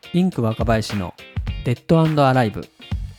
インク若林のデッド&アライブ。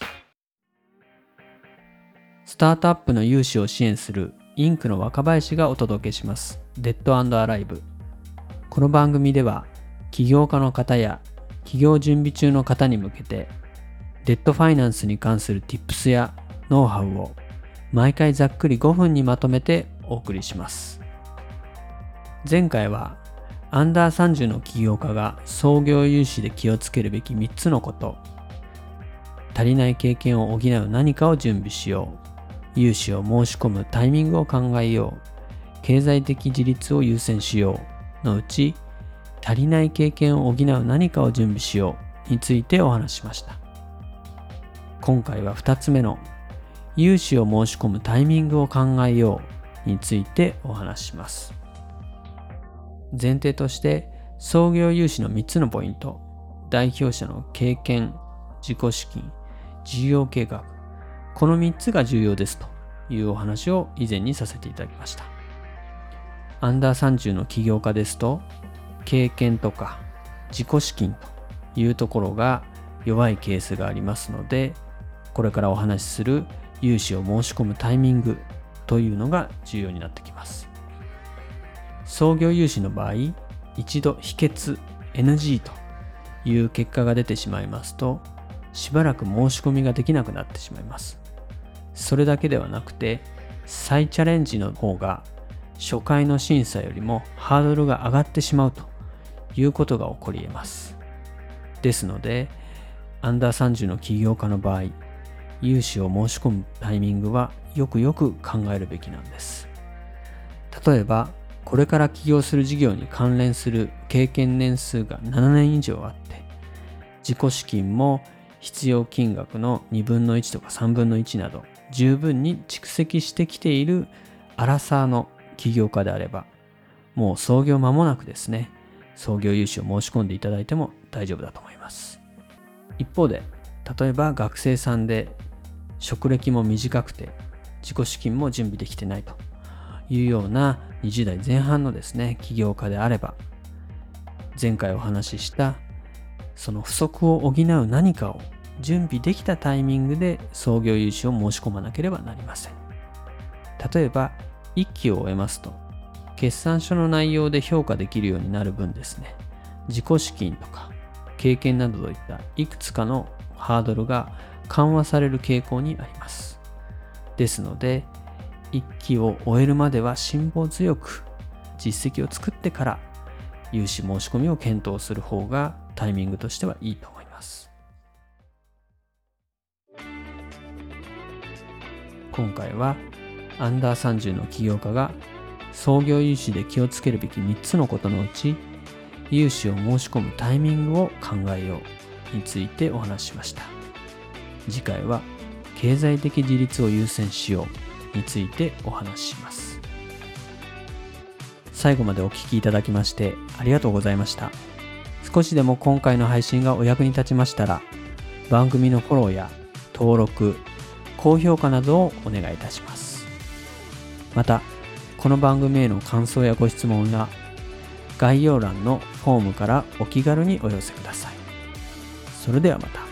スタートアップの融資を支援するインクの若林がお届けしますデッド&アライブ。この番組では起業家の方や起業準備中の方に向けてデッドファイナンスに関する Tips やノウハウを毎回ざっくり5分にまとめてお送りします。前回はアンダー30の起業家が創業融資で気をつけるべき3つのこと、足りない経験を補う何かを準備しよう、融資を申し込むタイミングを考えよう、経済的自立を優先しようのうち、足りない経験を補う何かを準備しようについてお話ししました。今回は2つ目の融資を申し込むタイミングを考えようについてお話しします。前提として創業融資の3つのポイント、代表者の経験、自己資金、事業計画、この3つが重要ですというお話を以前にさせていただきました。アンダー30の起業家ですと経験とか自己資金というところが弱いケースがありますので、これからお話しする融資を申し込むタイミングというのが重要になってきます。創業融資の場合、一度否決 NG という結果が出てしまいますと、しばらく申し込みができなくなってしまいます。それだけではなくて、再チャレンジの方が初回の審査よりもハードルが上がってしまうということが起こり得ます。ですので、アンダー30の起業家の場合、融資を申し込むタイミングはよく考えるべきなんです。例えば、これから起業する事業に関連する経験年数が7年以上あって、自己資金も必要金額の2分の1とか3分の1など十分に蓄積してきているアラサーの起業家であれば、もう創業間もなくですね、創業融資を申し込んでいただいても大丈夫だと思います。一方で、例えば学生さんで職歴も短くて自己資金も準備できてないというような20代前半のですね、起業家であれば、前回お話ししたその不足を補う何かを準備できたタイミングで創業融資を申し込まなければなりません。例えば1期を終えますと、決算書の内容で評価できるようになる分ですね、自己資金とか経験などといったいくつかのハードルが緩和される傾向にあります。ですので、1期を終えるまでは辛抱強く実績を作ってから融資申し込みを検討する方がタイミングとしてはいいと思います。今回はアンダー30の起業家が創業融資で気をつけるべき3つのことのうち、融資を申し込むタイミングを考えようについてお話ししました。次回は経済的自立を優先しようについてお話しします。最後までお聞きいただきましてありがとうございました。少しでも今回の配信がお役に立ちましたら、番組のフォローや登録、高評価などをお願いいたします。また、この番組への感想やご質問や概要欄のフォームからお気軽にお寄せください。それではまた。